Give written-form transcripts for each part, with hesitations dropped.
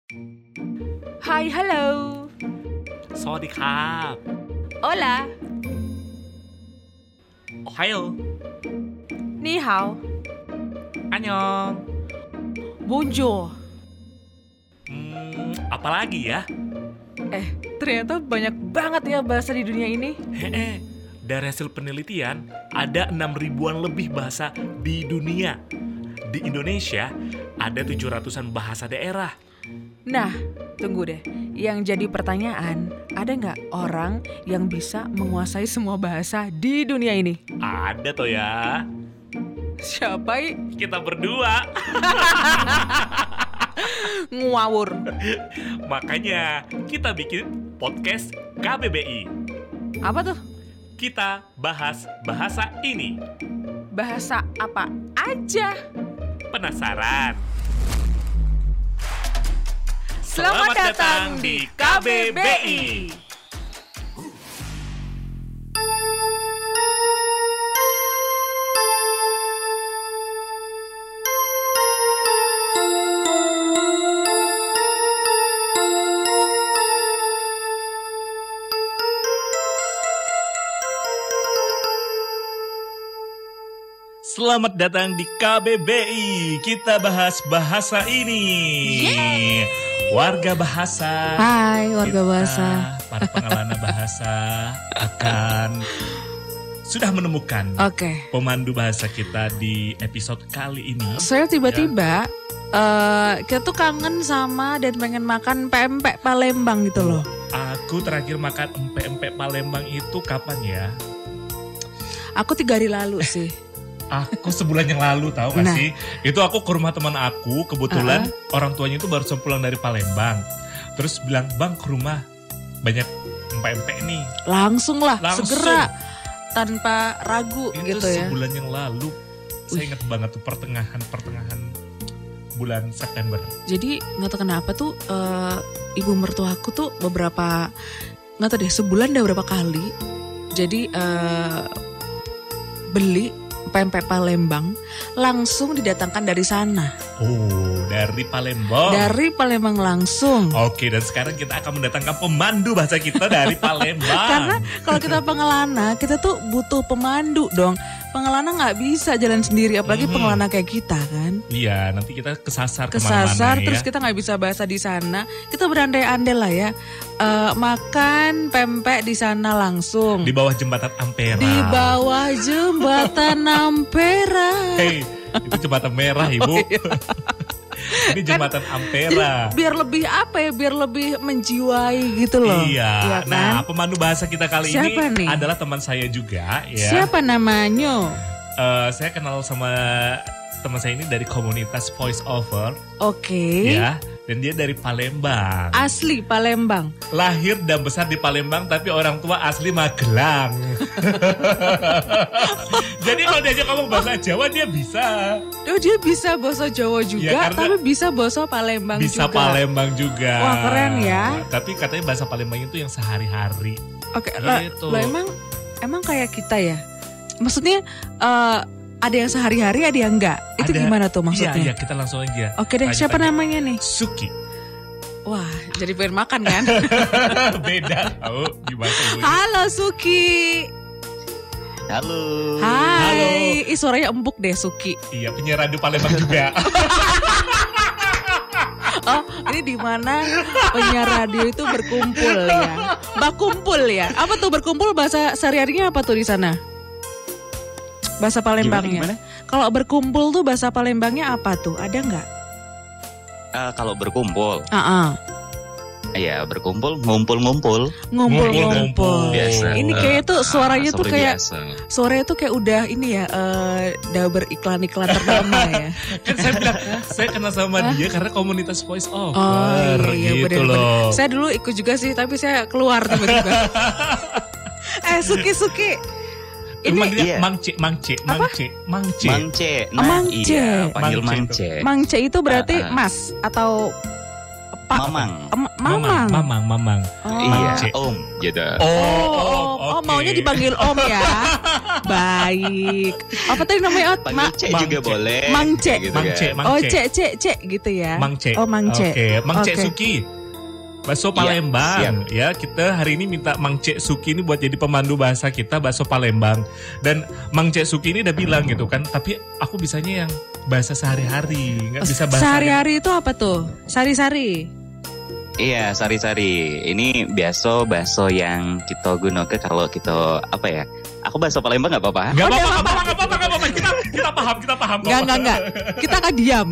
Hi, hello. สวัสดีครับ Hola. โอไฮโอ Ni hao. อันยอง Bonjour. Apalagi ya? Ternyata banyak banget ya bahasa di dunia ini. Dari hasil penelitian, ada 6.000-an lebih bahasa di dunia. Di Indonesia, ada 700-an bahasa daerah. Nah, tunggu deh. Yang jadi pertanyaan, ada nggak orang yang bisa menguasai semua bahasa di dunia ini? Ada toh ya. Siapa? Kita berdua. Ngawur. Makanya kita bikin podcast KBBI. Apa tuh? Kita bahas bahasa ini. Bahasa apa aja? Penasaran? Selamat datang di KBBI. Selamat datang di KBBI. Kita bahas bahasa ini. Yeay. Warga bahasa. Hai warga Kita, bahasa. para pengelana bahasa akan sudah menemukan pemandu bahasa kita di episode kali ini. Saya tiba-tiba kita tuh kangen sama dan pengen makan pempek Palembang gitu loh. Aku terakhir makan empek-empek Palembang itu kapan ya? Aku 3 hari lalu sih. Aku sebulan yang lalu tahu gak sih? Itu aku ke rumah teman aku, kebetulan orang tuanya itu baru pulang dari Palembang. Terus bilang, "Bang, ke rumah banyak empek-empek nih." Langsung, segera tanpa ragu itu gitu ya. Sebulan yang lalu. Saya ingat banget tuh pertengahan bulan September. Jadi gak tahu kenapa tuh ibu mertua aku tuh beberapa, gak tahu deh, sebulan udah berapa kali. Jadi beli pempek Palembang langsung didatangkan dari sana. Oh, dari Palembang. Dari Palembang langsung. Oke, dan sekarang kita akan mendatangkan pemandu bahasa kita dari Palembang. Karena kalau kita pengelana, kita tuh butuh pemandu dong. Pengelana nggak bisa jalan sendiri, apalagi pengelana kayak kita kan. Iya, nanti kita kesasar kemana-mana terus kita nggak bisa bahasa di sana. Kita berandai-andai lah ya, makan pempek di sana langsung. Di bawah jembatan Ampera. Di bawah jembatan Ampera. Hei, itu jembatan merah ibu. Oh, iya. Ini jembatan Ampera. Jadi, biar lebih biar lebih menjiwai gitu loh. Iya. Ya kan? Nah, pemandu bahasa kita kali Siapa ini nih? adalah teman saya juga. Ya. Siapa namanya? Saya kenal sama teman saya ini dari komunitas Voice Over. Oke. Ya, dan dia dari Palembang. Asli Palembang. Lahir dan besar di Palembang, tapi orang tua asli Magelang. Jadi kalau diajak ngomong bahasa Jawa dia bisa. Dia bisa bahasa Jawa juga, Ya, tapi bisa bahasa Palembang bisa juga. Palembang juga. Wah, keren ya. Tapi katanya bahasa Palembang itu yang sehari-hari. Oke, Gitu. lah emang kayak kita ya. Maksudnya ada yang sehari-hari, ada yang enggak. Itu gimana tuh maksudnya? Iya, kita langsung aja. Oke deh, siapa namanya nih? Suki. Wah, jadi pengen makan kan? Beda tahu gimana ibu. Halo Suki. Halo. Hai. Ih, suaranya empuk deh Suki. Iya, penyiar radio Palembang juga. Oh, ini di mana penyiar radio itu berkumpul ya? Bakumpul ya? Apa tuh berkumpul, bahasa sehari-harinya apa tuh di sana? Bahasa Palembangnya. Gimana? Kalau berkumpul tuh bahasa Palembangnya apa tuh? Ada nggak? Kalau berkumpul, ya berkumpul, ngumpul-ngumpul. Ngumpul-ngumpul. Biasa. Ini kayaknya tuh suaranya tuh kayak biasa. suaranya tuh kayak udah ini ya, udah beriklan-iklan ternama ya. Kan saya bilang, saya kenal sama dia karena komunitas Voice Over. Oh iya, gitu bener. loh. Saya dulu ikut juga sih, tapi saya keluar tiba-tiba. Suki. Ini Manggilnya iya. Mangce. Mangce. Mangce. Iya, panggil Mangce Mangce. Mangce itu berarti mas atau pak Mamang. Mamang. Iya, Om gitu. Oh, maunya dipanggil Om ya. Baik. Apa tadi namanya? Panggil Cek juga boleh. Mang Cek. Gitu Mang kan. Cek. Oh, Cek gitu ya. Mang Cek. Oh, Mang Cek. Oke, Mang Cek Oke. Suki. Bakso Palembang ya, kita hari ini minta Mang Cek Suki ini buat jadi pemandu bahasa kita bakso Palembang. Dan Mang Cek Suki ini udah bilang gitu kan, tapi aku bisanya yang bahasa sehari-hari, nggak bisa bahasa Sehari-hari itu apa tuh? Sari-sari. Iya, sari-sari. Ini bakso yang kita gunakan kalau kita apa ya? Aku bakso Palembang nggak apa-apa. Nggak apa-apa. Kita paham. Enggak. Kita akan diam.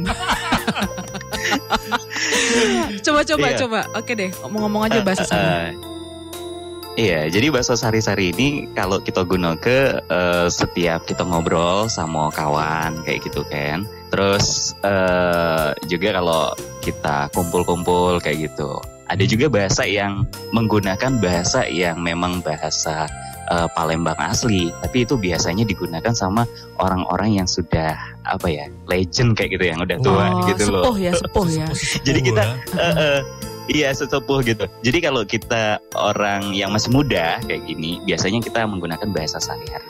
Coba. Oke deh, ngomong aja bahasa sari. Iya, jadi bakso sari-sari ini kalau kita gunakan setiap kita ngobrol sama kawan kayak gitu kan. Terus juga kalau kita kumpul-kumpul kayak gitu. Ada juga bahasa yang menggunakan bahasa yang memang bahasa Palembang asli, tapi itu biasanya digunakan sama orang-orang yang sudah apa ya, legend kayak gitu, yang udah tua gitu loh. Sepuh ya. Jadi kita iya, sesepuh gitu. Jadi kalau kita orang yang masih muda kayak gini, biasanya kita menggunakan bahasa sehari-hari.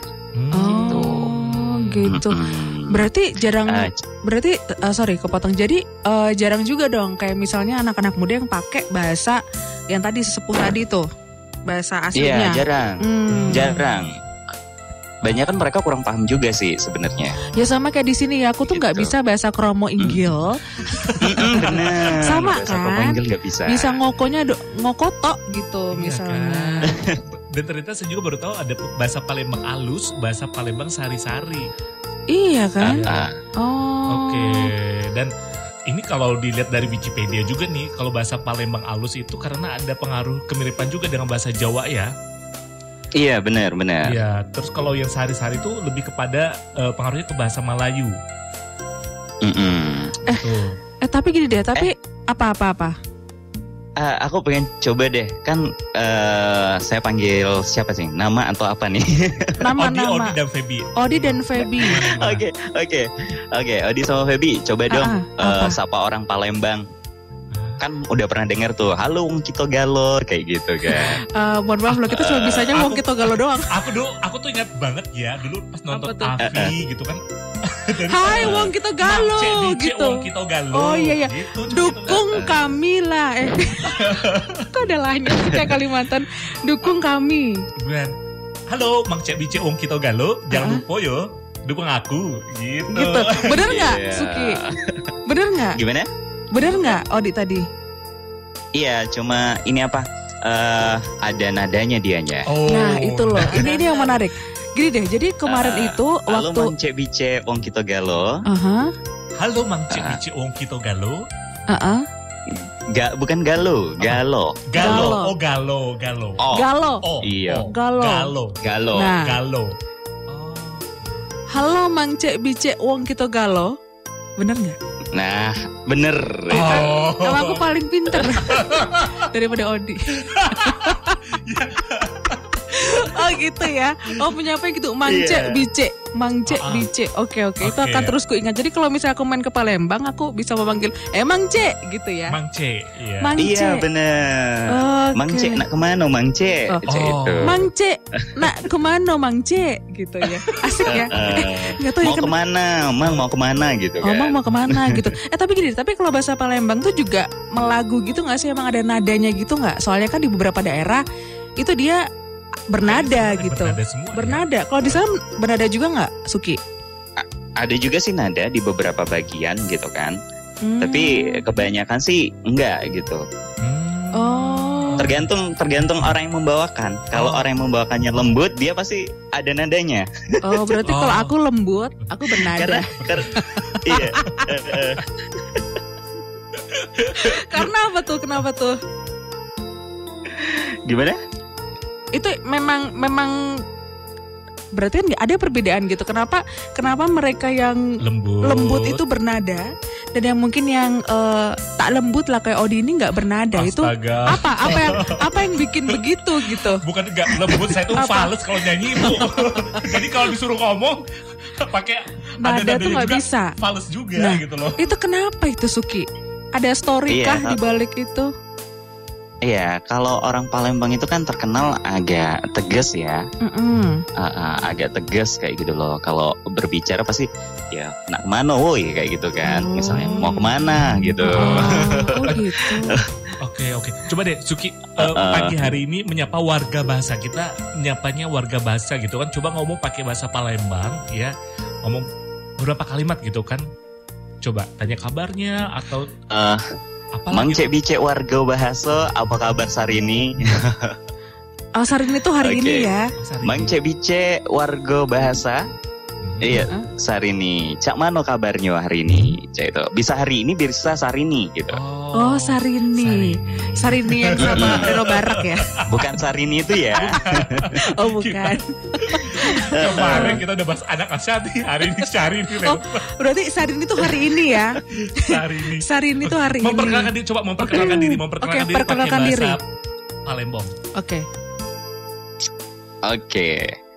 Gitu. Berarti sorry kepotong. Jadi jarang juga dong kayak misalnya anak-anak muda yang pakai bahasa yang tadi sesepuh tadi tuh, bahasa aslinya. Iya, jarang. Banyak kan mereka kurang paham juga sih sebenarnya. Ya sama kayak di sini ya, aku tuh nggak bisa bahasa kromo inggil. Benar. Sama bahasa kan? kromo inggil nggak bisa. Bisa ngokotok gitu misalnya. Kan? Dan ternyata saya juga baru tahu ada bahasa Palembang halus, bahasa Palembang sari-sari. Iya kan? Oke. Dan ini kalau dilihat dari Wikipedia juga nih, kalau bahasa Palembang halus itu karena ada pengaruh kemiripan juga dengan bahasa Jawa ya. Iya, benar. Iya, terus kalau yang sari-sari itu lebih kepada pengaruhnya ke bahasa Melayu. Tapi gini deh, apa? Aku pengen coba deh, kan saya panggil siapa sih? Nama atau apa nih? Nama. Odi dan Feby. Odi dan Feby. Oke, Odi sama Feby, coba dong sapa orang Palembang. Kan udah pernah dengar tuh, halo Wong Kito Galo, kayak gitu kan. Mohon maaf loh, kita cuma bisanya Wong Kito Galo doang. Aku tuh ingat banget ya, dulu pas nonton Avi gitu kan. Hai Wong Kito Galo gitu. Wong Kito Galo. Oh iya. Gitu, dukung kami lah. Kok ada lainnya sih kayak Kalimantan. Dukung kami. Bukan. Halo Mang Cek Bice Wong Kito Galo, jangan lupa yo dukung aku gitu. Bener nggak Suki? Bener nggak? Gimana? Bener nggak Odi tadi? Iya, cuma ini apa? Ada nadanya dianya. Nah itu loh, ini yang menarik. Gini deh, jadi kemarin itu halo waktu Mang Cek Bice Wong Kito Galo. Halo Mang Cek Bice Wong Kito Galo. Bukan Galo. Galo. Galo. Iya. Galo. Nah. Galo. Halo Mang Cek Bice Wong Kito Galo. Bener nggak? Nah, bener. Kalau aku paling pinter daripada Odi. Oh gitu ya. Oh punya apa gitu? Mang Cek Bice. Oke. Itu akan terus kuingat. Jadi kalau misalnya aku main ke Palembang, aku bisa memanggil Mang Cek gitu ya. Mang Cek, iya. Iya bener. Mang Cek nak kemana Mang Cek? Itu. Mang Cek nak kemana Mang Cek gitu ya. Asik ya. Nggak tahu mau ya, kemana? Mang mau kemana gitu kan? Mang mau kemana gitu. Tapi kalau bahasa Palembang tuh juga melagu gitu nggak sih? Emang ada nadanya gitu nggak? Soalnya kan di beberapa daerah itu dia bernada gitu. Bernada. Kalau di sana bernada juga nggak, Suki? Ada juga sih nada di beberapa bagian gitu kan. Tapi kebanyakan sih enggak gitu. Tergantung orang yang membawakan. Kalau orang yang membawakannya lembut, dia pasti ada nadanya. Oh, berarti kalau aku lembut, aku bernada. Iya. Karena apa tuh? Kenapa tuh? Gimana? Itu memang berarti kan nggak ada perbedaan gitu. Kenapa mereka yang lembut itu bernada dan yang mungkin yang tak lembut lah kayak Odi ini nggak bernada? Astaga. Itu apa yang bikin begitu gitu? Bukan nggak lembut, saya tuh fales kalau nyanyi Bu. Jadi kalau disuruh ngomong pakai nada tuh nggak bisa. Fales juga gitu loh. Itu kenapa itu Suki? Ada story kah di balik itu? Iya, kalau orang Palembang itu kan terkenal agak tegas ya, agak tegas kayak gitu loh. Kalau berbicara pasti ya nak kemana woi kayak gitu kan, misalnya mau kemana gitu. Gitu. Oke. Coba deh Suki pagi hari ini menyapa warga bahasa, kita menyapanya warga bahasa gitu kan. Coba ngomong pakai bahasa Palembang ya, ngomong beberapa kalimat gitu kan. Coba tanya kabarnya atau Mang Cek Bicek warga bahasa, apa kabar Sarini? Oh, Sarini tuh hari ini ya. Mang Cek Bicek warga bahasa. Iya, Sarini. Cak mano kabarnya hari ini? Cak itu. Bisa hari ini, bisa Sarini gitu. Oh, Sarini. Sarini yang sama Reno Barak ya? Bukan Sarini itu ya. Oh, bukan. Kemarin kita udah bahas anak Asyati, hari ini Sarini. Oh, berarti Sarini tuh hari ini ya? Sarini tuh hari ini. Memperkenalkan diri, coba memperkenalkan diri pakai bahasa Palembang. Oke.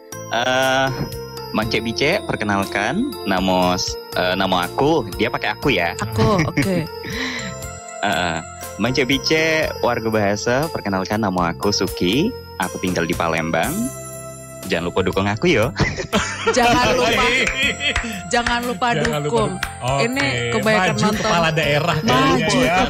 Mang Cek Bicek, perkenalkan, nama aku, dia pakai aku ya. Aku, oke. Mang Cek Bicek, warga bahasa, perkenalkan nama aku Suki, aku tinggal di Palembang. Jangan lupa dukung aku yo. Jangan lupa dukung. Okay. Ini kebanyakan maju nonton. Kepala daerah. Maju ya.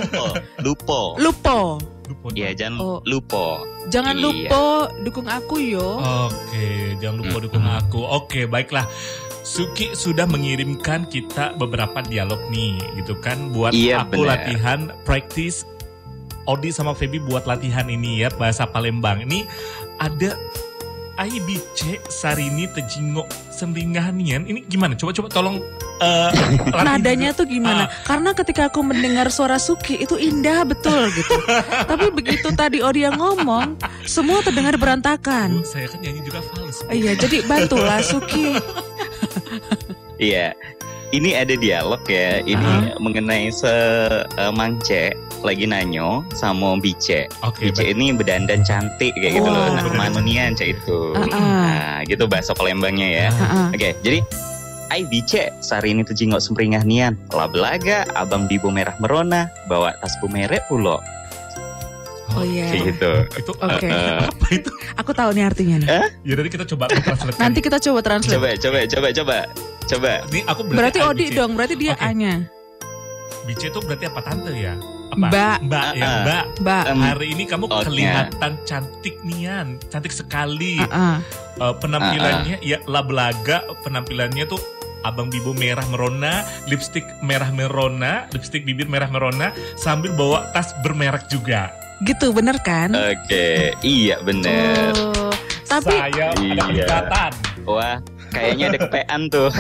Lupo. Iya, jangan lupa. Jangan lupa dukung aku yo. Oke, jangan lupa dukung aku. Oke, baiklah. Suki sudah mengirimkan kita beberapa dialog nih, gitu kan, buat aku latihan practice. Odi sama Feby buat latihan ini ya, bahasa Palembang. Ini ada Ai Bicek Sarini Tejingok Semringanian. Ini gimana? Coba tolong nadanya tuh gimana? Karena ketika aku mendengar suara Suki itu indah betul gitu. Tapi begitu tadi Odi yang ngomong, semua terdengar berantakan. Saya kan nyanyi juga fals. Iya, jadi bantulah Suki. Iya. Ini ada dialog ya. Ini mengenai Mang Cek lagi nanyo sama Bicek. Bicek ini berdandan cantik kayak gitu loh. Nah, manunian Cek itu. Nah, gitu bahasa Palembangnya ya. Oke, jadi Ai Bicek Sarini Tejingok Semringah nian. Lah belaga abang bibo merah merona bawa tas bumerek pulo. Oh iya. Kayak gitu. Itu Oke. apa itu? Aku tahu nih artinya nih. Ya nanti kita coba translate. Nanti kita coba translate. Coba. Ini aku berarti Odi dong, berarti dia A-nya. Bicek itu berarti apa, tante ya? Mbak. Mbak. Hari ini kamu kelihatan cantik nian, cantik sekali. Penampilannya ya labelaga, penampilannya tuh abang bibo merah merona, lipstik merah merona, lipstik bibir merah merona, sambil bawa tas bermerek juga. Gitu, bener kan? Oke, iya bener. Tapi saya ada peningkatan. Wah, kayaknya ada kepean tuh.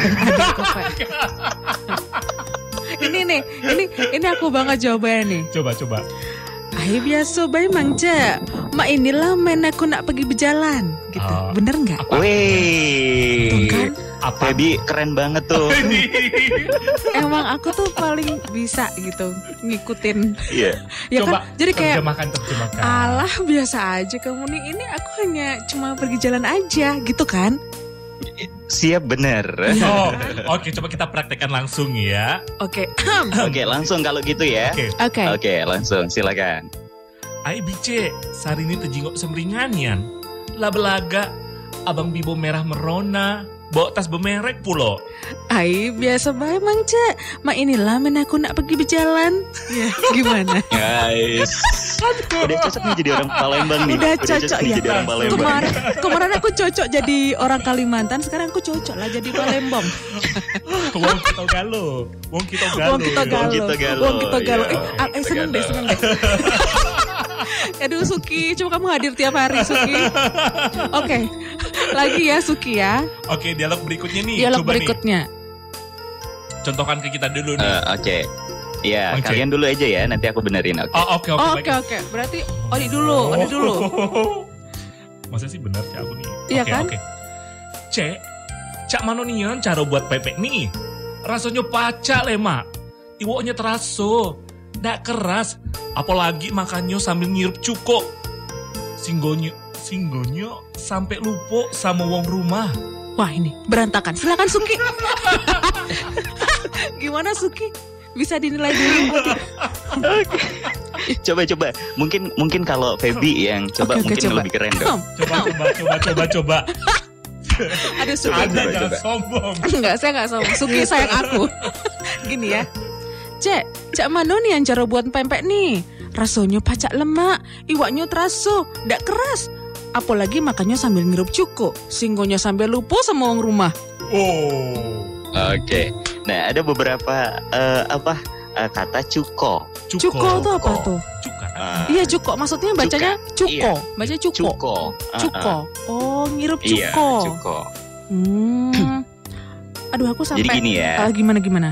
Ini aku banget jawabannya nih. Coba. Ayo biasa bayi Mang Cek. Mak inilah main aku nak pergi berjalan gitu. Bener nggak? Wih. Tuh kan? Feby keren banget tuh. Emang aku tuh paling bisa gitu ngikutin. Iya. Ya coba kan? Jadi kayak terjemahkan. alah biasa aja kamu nih. Ini aku hanya cuma pergi jalan aja gitu kan? Siap bener. Oke, coba kita praktekkan langsung ya. Oke, langsung kalau gitu ya. Oke, langsung silakan. Ai Bicek Sarini Tejingok Semringanian. Labelaga abang bibo merah merona, bawa tas bermerek pulo. Ai biasa baik Mang Cek. Mak inilah main aku nak pergi berjalan. Ya, gimana? Guys. Udah cocok nih jadi orang Palembang nih. Udah cocok ya. Jadi orang Palembang. Kemarin aku cocok jadi orang Kalimantan, sekarang aku cocok lah jadi Palembang. Wong kita galo. Seneng deh. Aduh Suki, coba kamu hadir tiap hari Suki. Oke. Lagi ya Suki ya. Oke, dialog berikutnya nih. Dialog coba berikutnya. Nih. Contohkan ke kita dulu nih. Oke. Iya, kalian dulu aja ya, nanti aku benerin. Oke. Oke. Berarti Odi dulu. Masa sih bener sih aku nih. Iya kan? Oke. Cak manonian cara buat pepek nih. Rasanya pacak lema. Iwoknya teraso. Nggak keras. Apalagi makannya sambil ngirup cuko. Singgonyo sampai lupa sama wong rumah. Wah ini berantakan. Silakan Suki. Gimana Suki? Bisa dinilai dulu. Oke. Coba. Mungkin kalau Feby yang coba lebih keren dong. Coba. Aduh, Suki. Jangan sombong. Enggak, saya enggak sombong. Suki sayang aku. Gini ya. Cak mano nih yang cara buat pempek nih? Rasanya pacak lemak, iwaknya teraso, ndak keras. Apalagi makannya sambil ngirup cuko, singgonya sambil lupa sama orang rumah. Oke. Nah, ada beberapa kata cuko. Cuko itu apa tuh? Cuka. Iya, cuko. Maksudnya bacanya cuko. Iya. Baca cuko. Cuko. Oh, ngirup cuko. Iya, cuko. Aduh, aku sampai. Jadi gini ya. Gimana?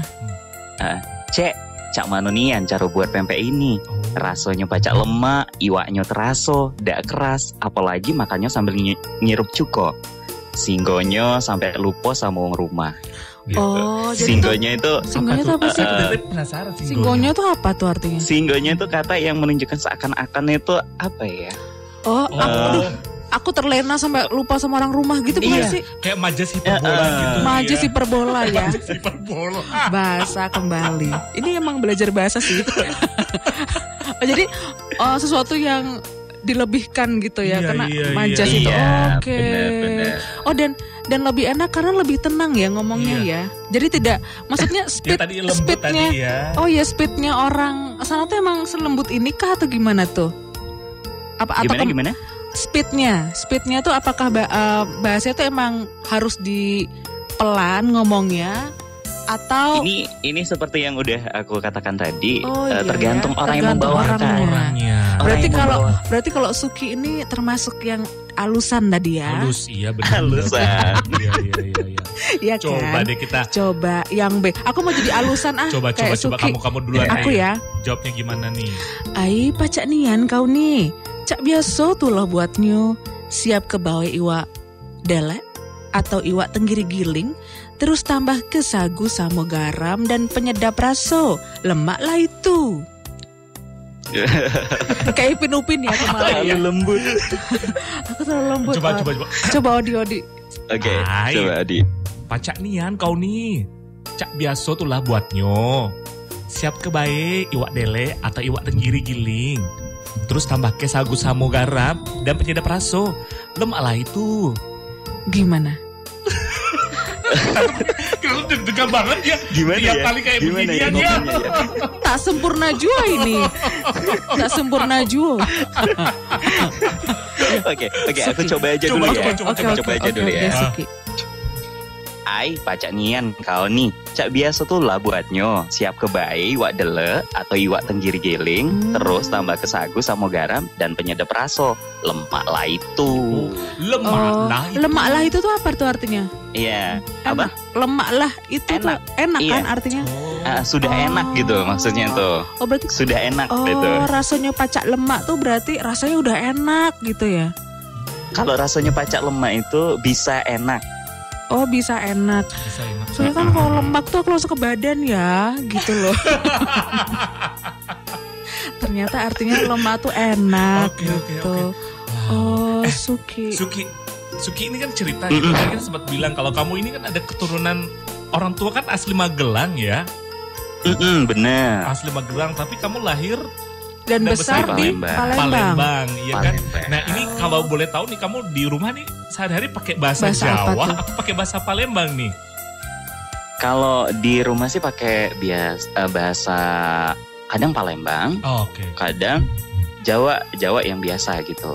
Cak mano nih yang cara buat pempek ini? Rasanya pacak lemak, iwaknya teraso, ndak keras. Apalagi makannya sambil ngirup cuko. Singgonya sampai lupa sama orang rumah. Gitu. Singgonya itu apa sih? Penasaran singgonya itu apa tuh artinya? Singgonya itu kata yang menunjukkan seakan-akan itu apa ya? Aku terlena sampai lupa sama orang rumah gitu bukan sih? Kayak majas hiperbola gitu. Majas hiperbola ya. Majas hiperbola. Bahasa kembali. Ini emang belajar bahasa sih. Jadi sesuatu yang dilebihkan gitu ya, karena majas itu. Oke. Benar. Oh dan lebih enak karena lebih tenang ya ngomongnya ya. Jadi tidak, maksudnya speednya. Ya. Oh ya, speednya orang sana tuh emang selembut ini kah atau gimana tuh? Gimana? Speednya tuh apakah bahasa itu emang harus dipelan ngomongnya? Atau ini seperti yang udah aku katakan tadi, tergantung tergantung orang yang membawakan orangnya. Berarti kalau Suki ini termasuk yang alusan tadi ya. Halus, iya benar. Alusan. Iya Coba kan? deh kita. Coba yang B. Aku mau jadi alusan Coba kamu duluan. Aku ya. Jawabnya gimana nih? Ai pacak nian kau nih. Cak biasa tuh loh buatnya. Siap ke bawah iwak delek atau iwak tenggiri giling. Terus tambah ke sagu sama garam dan penyedap rasa. Lemak lah itu. Kayak Ipin ya kemarin. Terlalu lembut. Aku terlalu lembut. Coba Odi. Oke, coba Odi. Pacak nian kau nih. Cak biasa tuh lah buatnya. Siap ke baik iwak dele atau iwak tenggiri giling. Terus tambah ke sagu sama garam dan penyedap rasa. Lemak lah itu. Gimana? Kalau deg-degan banget ya. Gimana tiap ya? kali kayak Gimana beginian ya? Tak sempurna jua ini. Tak sempurna jua. Oke, aku coba aja dulu ya. Coba aja dulu ya. Ai pacak nian kau nih. Cak biasa tuh lah buatnya. Siap ke bayi iwak dele atau iwak tenggiri giling. Terus tambah ke sagu sama garam dan penyedap rasa. Lemak lah itu. Lemak lah itu tuh apa tuh artinya? Iya. Apa? Lemak lah itu enak. Tuh enak kan artinya? Sudah enak gitu maksudnya tuh. Oh berarti sudah enak gitu. Rasanya pacak lemak tuh berarti rasanya udah enak gitu ya? Kalau rasanya pacak lemak itu bisa enak. Oh bisa enak. Soalnya kan kalau lemak tuh aku langsung ke badan ya gitu loh. Ternyata artinya lemak tuh enak gitu. Oh Suki ini kan cerita gitu. Kan sempat bilang kalau kamu ini kan ada keturunan orang tua kan asli Magelang ya. Bener. Asli Magelang tapi kamu lahir dan besar di Palembang, ya kan? Nah ini kalau boleh tahu nih kamu di rumah nih sehari-hari pakai bahasa Jawa, pakai bahasa Palembang nih? Kalau di rumah sih pakai bahasa kadang Palembang, kadang Jawa yang biasa gitu.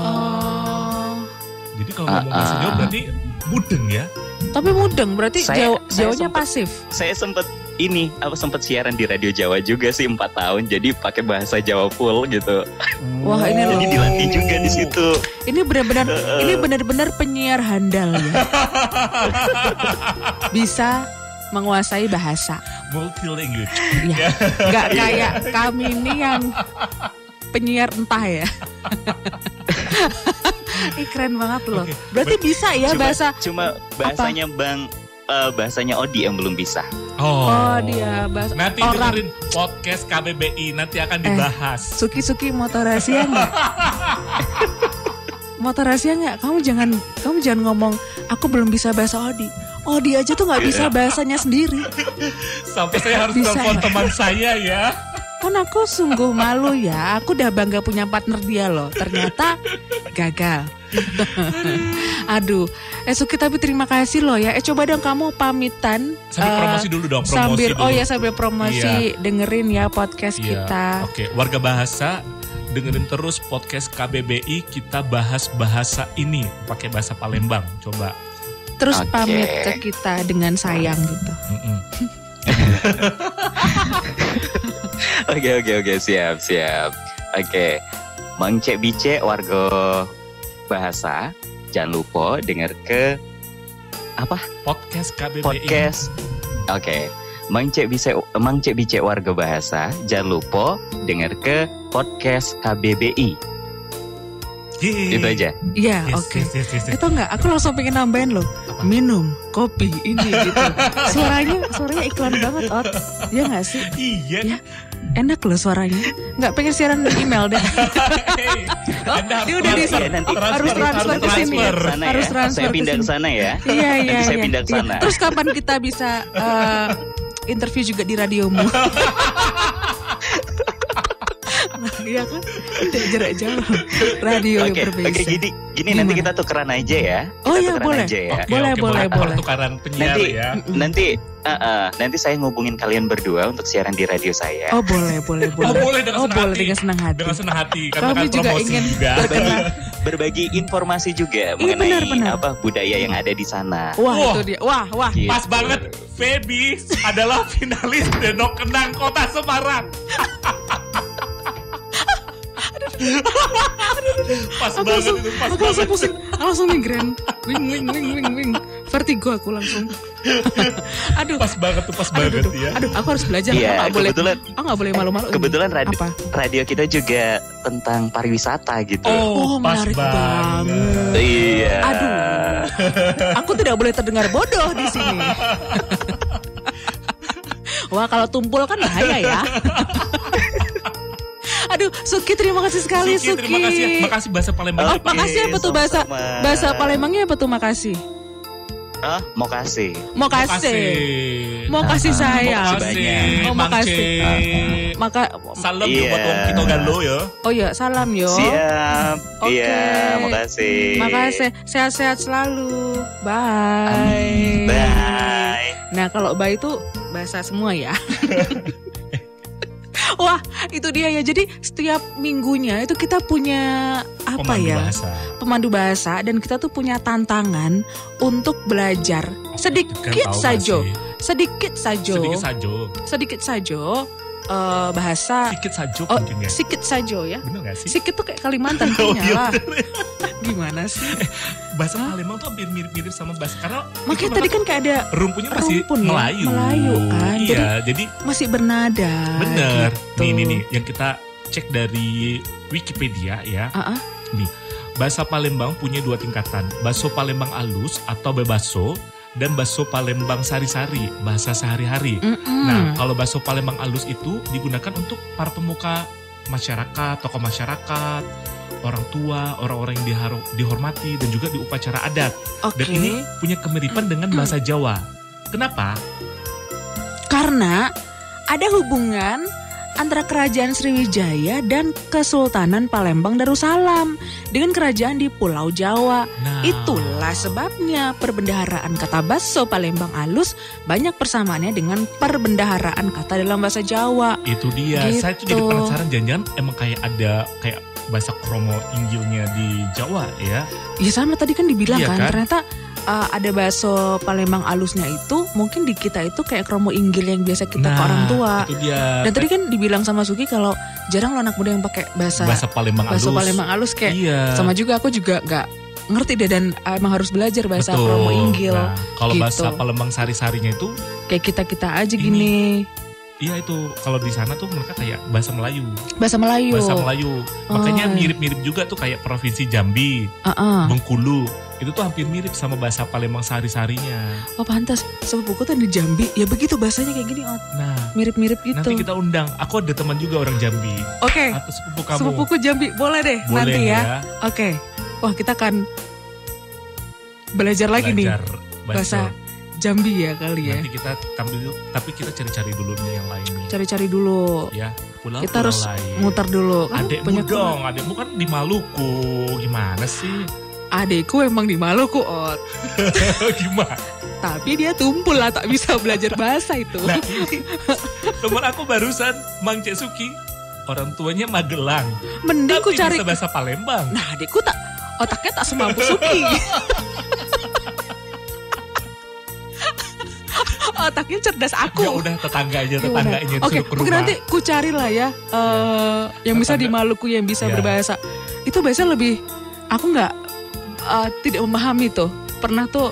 Jadi kalau ngomong bahasa Jawa berarti mudeng ya? Tapi mudeng berarti Jawanya pasif. Saya sempat siaran di radio Jawa juga sih 4 tahun, jadi pakai bahasa Jawa full gitu. Wah ini loh. Jadi dilatih juga di situ. Ini benar-benar penyiar handal ya. Bisa menguasai bahasa. Multilanguage. Ya, nggak kayak kami ini yang penyiar entah ya. Ini keren banget loh. Berarti bisa ya bahasa. Cuma bahasanya bahasanya Odi yang belum bisa. Oh dia bahasa nanti orang. Dengerin podcast KBBI nanti akan dibahas. Suki motor rahasia nggak? Motor rahasia nggak? Kamu jangan ngomong aku belum bisa bahasa Odi. Oh dia aja tuh gak bisa bahasanya sendiri. Sampai saya harus telepon teman saya ya. Kan aku sungguh malu ya. Aku udah bangga punya partner dia loh. Ternyata gagal. Aduh, Suki tapi terima kasih loh ya. Coba dong kamu pamitan. Sambil promosi dulu dong. Sambil promosi dengerin ya podcast kita. Oke, warga bahasa dengerin terus podcast KBBI. Kita bahas bahasa ini pakai bahasa Palembang. Coba. Terus pamit ke kita dengan sayang gitu. Oke, siap. Oke, Mang Cek Bice warga bahasa, jangan lupa denger ke apa? Podcast KBBI. Podcast. Oke. Mang Cek Bice warga bahasa, jangan lupa denger ke podcast KBBI. Itu aja. Iya, oke. Itu enggak, aku langsung pengen nambahin loh. Apa? Minum kopi ini gitu. Suaranya iklan banget, Ot. Iya enggak sih? Iya. Ya, enak loh suaranya. Enggak pengen siaran email deh. Dia udah harus transfer ke sini. Harus transfer. Saya pindah ke sana ya. Iya. Saya pindah ke sana. Terus kapan kita bisa interview juga di radiomu? Iya kan, udah jarak jauh radio yang berbeda. Oke, gini nanti kita tukeran aja ya. Oh iya boleh. Boleh. Tukaran penyiar ya. Nanti saya ngubungin kalian berdua untuk siaran di radio saya. Oh boleh. Boleh dengan senang hati. Dengan senang hati. Kami juga ingin berbagi informasi juga mengenai apa budaya yang ada di sana. Wah itu dia. Wah. Gitu. Pas banget. Feby adalah finalis Denok Kenang Kota Semarang. Pas banget itu, pas banget. Pusing, langsung migren. Wing. Vertigo aku langsung. Aduh. Pas banget ya. Aduh, aku harus belajar. Iya, aku nggak boleh malu-malu. Kebetulan radio kita juga tentang pariwisata gitu. Oh menarik banget. Iya. Aduh. Aku tidak boleh terdengar bodoh di sini. Wah, kalau tumpul kan bahaya ya. Aduh, Suki terima kasih sekali Suki. Terima kasih. Makasih bahasa Palembang. Makasih apa tuh bahasa Palembangnya apa tuh makasih? Makasih. Makasih saya. Makasih. Salam yo buat wong kita galo ya. Oh ya, salam yo. Siap. Iya, makasih. Makasih. Sehat-sehat selalu. Bye. Bye. Nah, kalau bye itu bahasa semua ya. Wah, itu dia ya. Jadi setiap minggunya itu kita punya pemandu bahasa dan kita tuh punya tantangan untuk belajar sedikit saja bahasa. Sikit saja mungkin ya. Sikit saja ya. Bener gak sih? Sikit tuh kayak Kalimantan punya lah. Gimana sih? Bahasa Palembang tuh hampir mirip-mirip sama bahasa karena makanya tadi kan kayak ada rumpunnya masih Melayu kan. Iya, jadi masih bernada. Bener. Gitu. Nih yang kita cek dari Wikipedia ya. Nih, bahasa Palembang punya 2 tingkatan. Baso Palembang alus atau bebaso dan baso Palembang sari-sari, bahasa sehari-hari. Nah, kalau baso Palembang alus itu digunakan untuk para pemuka masyarakat, tokoh masyarakat, orang tua, orang-orang yang dihormati dan juga di upacara adat. Dan ini punya kemiripan dengan bahasa Jawa. Kenapa? Karena ada hubungan antara Kerajaan Sriwijaya dan Kesultanan Palembang Darussalam dengan kerajaan di Pulau Jawa. Nah, itulah sebabnya perbendaharaan kata baso Palembang alus banyak persamaannya dengan perbendaharaan kata dalam bahasa Jawa. Itu dia. Gitu. Saya tuh jadi penasaran jangan emang kayak bahasa kromo Inggilnya di Jawa ya. Ya sama tadi kan dibilang iya, kan ternyata ada baso Palembang alusnya itu mungkin di kita itu kayak kromo Inggil yang biasa kita ke orang tua. Itu dia. Dan tadi kan dibilang sama Suki kalau jarang lo anak muda yang pakai bahasa Palembang alus. Bahasa Palembang alus kayak sama juga aku juga nggak ngerti deh dan emang harus belajar bahasa kromo Inggil. Nah, kalau gitu. bahasa Palembang sari-sarinya itu kayak kita aja gini. Iya itu kalau di sana tuh mereka kayak bahasa Melayu. Oh. Makanya mirip-mirip juga tuh kayak provinsi Jambi, Bengkulu. Itu tuh hampir mirip sama bahasa Palembang sari-sarinya. Oh pantas, sepupuku tuh di Jambi. Ya begitu bahasanya kayak gini, Ot. Nah, mirip-mirip gitu. Nanti kita undang. Aku ada teman juga orang Jambi. Oke. Atau sepupu kamu. Sepupuku Jambi, boleh deh boleh nanti ya. Oke. Wah kita akan belajar lagi nih bahasa Jambi ya kali ya. Nanti kita tampil, tapi kita cari-cari dulu nih yang lain nih. Cari-cari dulu. Ya, pulau kita harus lain. muter dulu. Kan adekmu dong, adekmu kan di Maluku. Gimana sih? Adekku emang di Maluku, Ot. Gimana? Tapi dia tumpul lah, tak bisa belajar bahasa itu. Nah, ini teman aku barusan, Mang Cek Suki, orang tuanya Magelang. Mending ku cari bisa bahasa Palembang. Nah, adekku tak otaknya tak semampu Suki. Otaknya cerdas aku. Ya udah tetangganya Oke, suruh ke mungkin rumah. nanti ku cari lah ya yang bisa di Maluku yang bisa berbahasa. Itu biasanya lebih aku nggak tidak memahami tuh. Pernah tuh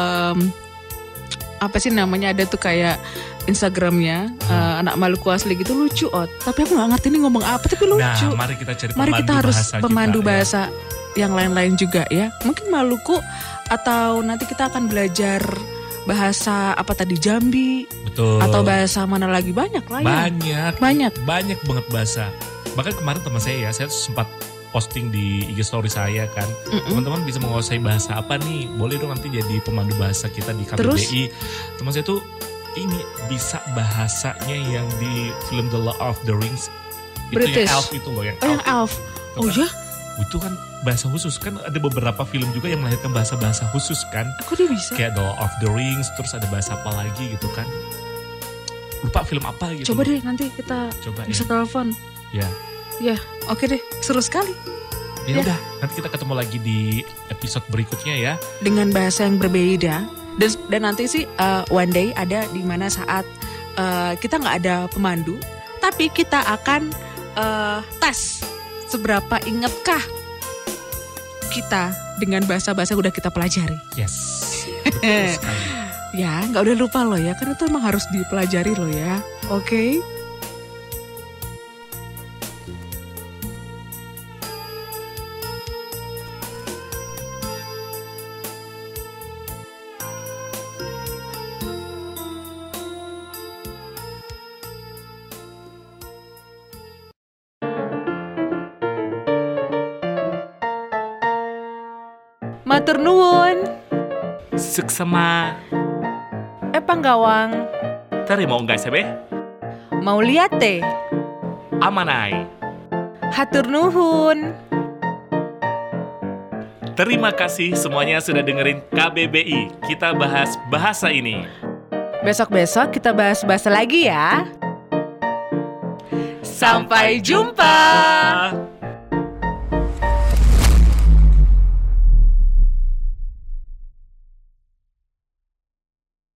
apa sih namanya, ada tuh kayak Instagramnya anak Maluku asli gitu, lucu tapi aku nggak ngerti ini ngomong apa tapi lucu. Nah, mari kita cari harus pemandu bahasa yang lain-lain juga ya. Mungkin Maluku atau nanti kita akan belajar bahasa apa tadi, Jambi. Betul. Atau bahasa mana lagi, banyak lah ya. Banyak banget bahasa. Bahkan kemarin teman saya sempat posting di IG story saya kan. Teman-teman bisa menguasai bahasa apa nih? Boleh dong nanti jadi pemandu bahasa kita di KBBI. Terus? Teman saya tuh ini bisa bahasanya yang di film The Lord of the Rings. British. Itu yang Elf itu loh, yang yang Elf. Oh ya? Itu kan bahasa khusus kan, ada beberapa film juga yang melahirkan bahasa-bahasa khusus kan. Aku dia bisa. Kayak The Lord of the Rings, terus ada bahasa apa lagi gitu kan. Lupa film apa gitu. Coba deh nanti kita bisa telepon. Ya. Ya, oke deh. Seru sekali. Ya udah, nanti kita ketemu lagi di episode berikutnya ya. Dengan bahasa yang berbeda. Dan nanti sih one day ada di mana saat kita nggak ada pemandu, tapi kita akan tes seberapa ingatkah kita dengan bahasa-bahasa yang udah kita pelajari. Yes, betul sekali. Ya, nggak udah lupa loh ya, karena itu emang harus dipelajari loh ya. Oke. Matur nuwun. Suksema. Panggawang. Terima enggak sebe? Mau lihat teh? Amanai. Hatur nuhun. Terima kasih semuanya sudah dengerin KBBI. Kita bahas bahasa ini. Besok-besok kita bahas bahasa lagi ya. Sampai jumpa.